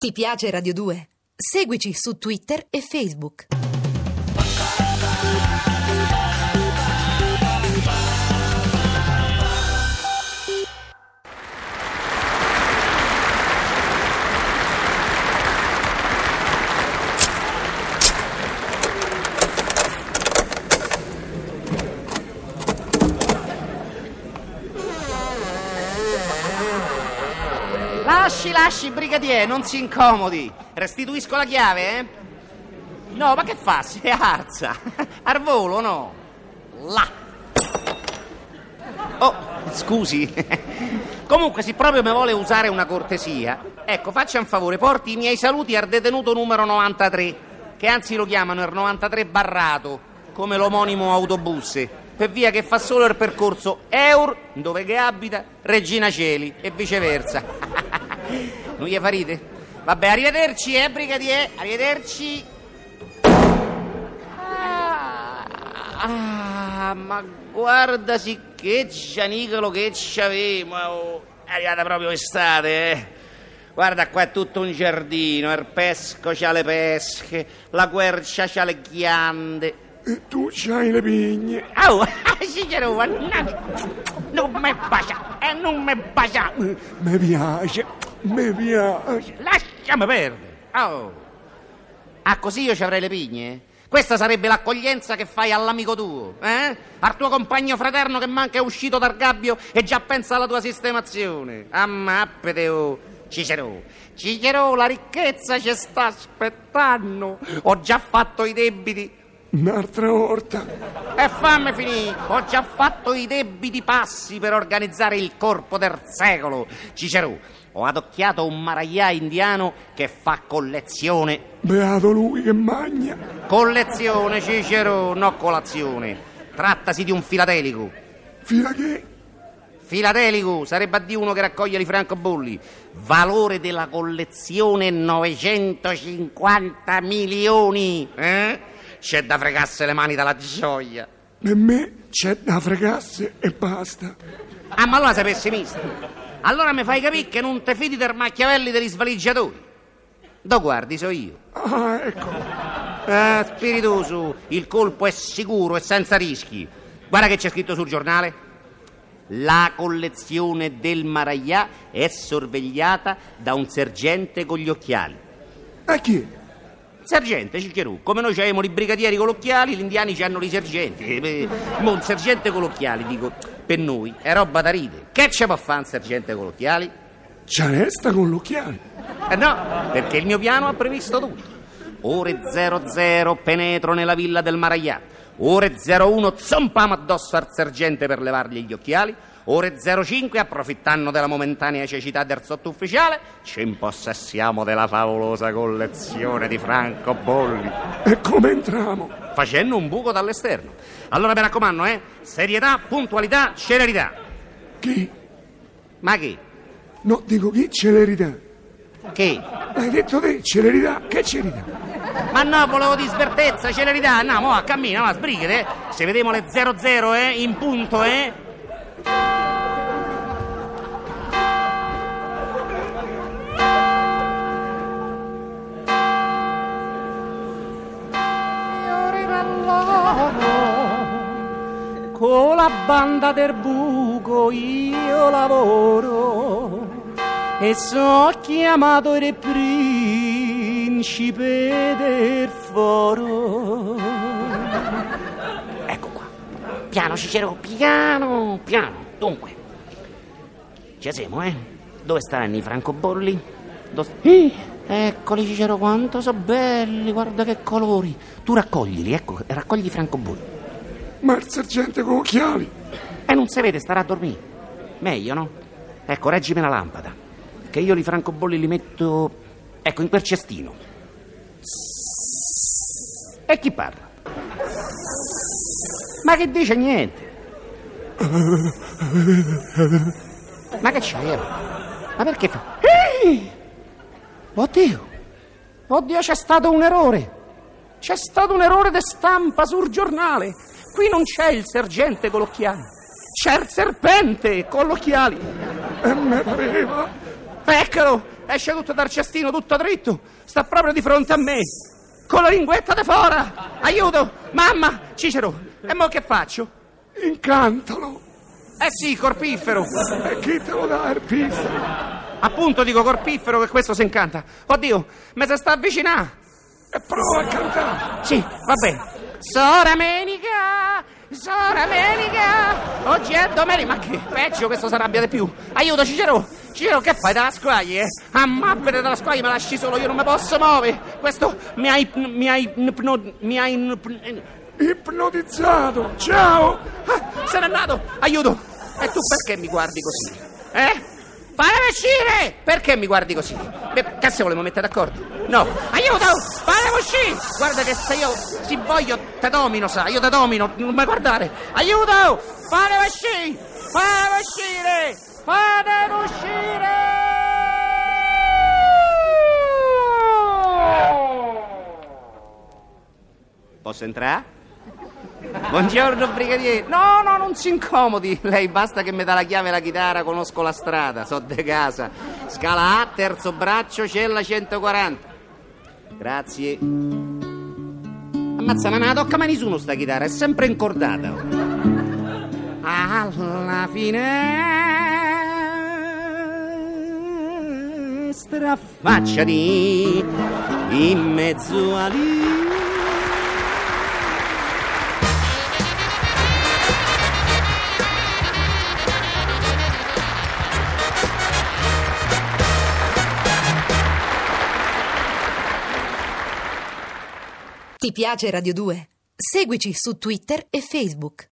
Ti piace Radio 2? Seguici su Twitter e Facebook. Lasci, brigadier, non si incomodi. Restituisco la chiave, eh? No, ma che fa? Si arza. Al volo, no? Là. Oh, scusi. Comunque, se proprio mi vuole usare una cortesia, ecco, faccia un favore, porti i miei saluti al detenuto numero 93, che anzi lo chiamano il 93 barrato, come l'omonimo autobus, per via che fa solo il percorso Eur, dove che abita, Regina Coeli, e viceversa. Non gli fa ride? Vabbè, arrivederci, brigadier, arrivederci. Ma guarda sì che gianicolo che c'avevo, è arrivata proprio estate, eh. Guarda, qua è tutto un giardino, il pesco c'ha le pesche, la quercia c'ha le ghiande. E tu c'hai le pigne. Oh, signor, non mi bacia, non mi bacia. Mi piace. Lasciami perdere. Oh. Ah, così io ci avrei le pigne? Questa sarebbe l'accoglienza che fai all'amico tuo, eh? Al tuo compagno fraterno che manca è uscito dal gabbio e già pensa alla tua sistemazione. Ammappete, oh. Cicero, la ricchezza ci sta aspettando. Ho già fatto i debiti. Un'altra volta. E fammi finire. Ho già fatto i debiti passi per organizzare il corpo del secolo. Cicero, ho adocchiato un maraià indiano che fa collezione. Beato lui che magna. Collezione, Cicero, no colazione. Trattasi di un filatelico. Fila che? Filatelico sarebbe a dire uno che raccoglie i francobolli. Valore della collezione 950 milioni. C'è da fregasse le mani dalla gioia. Per me c'è da fregasse e basta. Ah, ma allora sei pessimista. Allora mi fai capire che non te fidi del Machiavelli degli svaligiatori. Do guardi, so io. Ah, ecco. Spiritoso, il colpo è sicuro e senza rischi. Guarda che c'è scritto sul giornale. La collezione del maraià è sorvegliata da un sergente con gli occhiali. E chi? Sergente, Ciccherù, come noi c'avevamo i brigadieri con gli occhiali, gli indiani c'hanno i sergenti. Un sergente con gli occhiali, dico, per noi è roba da ride. Che ce può fare un sergente con gli occhiali? Ci resta con gli occhiali. No, perché il mio piano ha previsto tutto. Ore 00 penetro nella villa del maraià. Ore 01 zompamo addosso al sergente per levargli gli occhiali. Ore 05, approfittando della momentanea cecità del sottufficiale, ci impossessiamo della favolosa collezione di francobolli. E come entriamo? Facendo un buco dall'esterno. Allora mi raccomando, serietà, puntualità, celerità. Chi? Ma che? No, dico chi? Celerità. Che? L'hai detto te, celerità. Che celerità? Ma no, volevo di sbertezza, celerità. No, mo' cammina, ma sbrighete, Se vediamo le 00, in punto, Con la banda del buco io lavoro e sono chiamato il principe del foro. Ecco qua. Piano, Cicero, piano. Dunque, ci siamo, Dove stanno i francobolli? Eccoli, Cicero, quanto sono belli, guarda che colori. Tu raccoglili, ecco, raccogli i francobolli. Ma il sergente con occhiali. E non si vede, starà a dormire. Meglio, no? Ecco, reggimi la lampada, che io i francobolli li metto, ecco, in quel cestino. E chi parla? Ma che dice niente? Ma che c'è? Ma perché fa? Oddio, c'è stato un errore. C'è stato un errore di stampa sul giornale. Qui non c'è il sergente con l'occhiali, c'è il serpente con l'occhiali. E me pareva. Eccolo, esce tutto dal cestino, tutto dritto, sta proprio di fronte a me, con la linguetta di fora. Aiuto, mamma, Cicero, e mo che faccio? Incantalo. Sì, corpiffero. E chi te lo dà il piffero? Appunto dico corpiffero che questo si incanta. Oddio, me se sta avvicinando. E prova a cantare. Sì, va bene. Sora Menica, oggi è domenica. Ma che peggio, questo si arrabbia di più. Aiuto, Cicero, che fai dalla squaglia, Ammappete dalla squaglia, me lasci solo, io non mi posso muovere. Questo mi ha Ipnotizzato. Ciao. se n'è andato, aiuto. E tu perché mi guardi così? Fai uscire! Perché mi guardi così? Che se volevo mettere d'accordo? No, aiuto! Fai uscire! Guarda che se io si voglio te domino, sai, io te domino, non mi guardare! Aiuto! Fate uscire! Fate uscire! Posso entrare? Buongiorno, brigadiere. No, non si incomodi. Lei basta che mi dà la chiave e la chitarra, conosco la strada, so de casa. Scala A, terzo braccio, cella 140. Grazie. Ammazza, ma non la tocca mai nessuno sta chitarra, è sempre incordata. Alla finestra affacciati in mezzo a lì. Ti piace Radio 2? Seguici su Twitter e Facebook.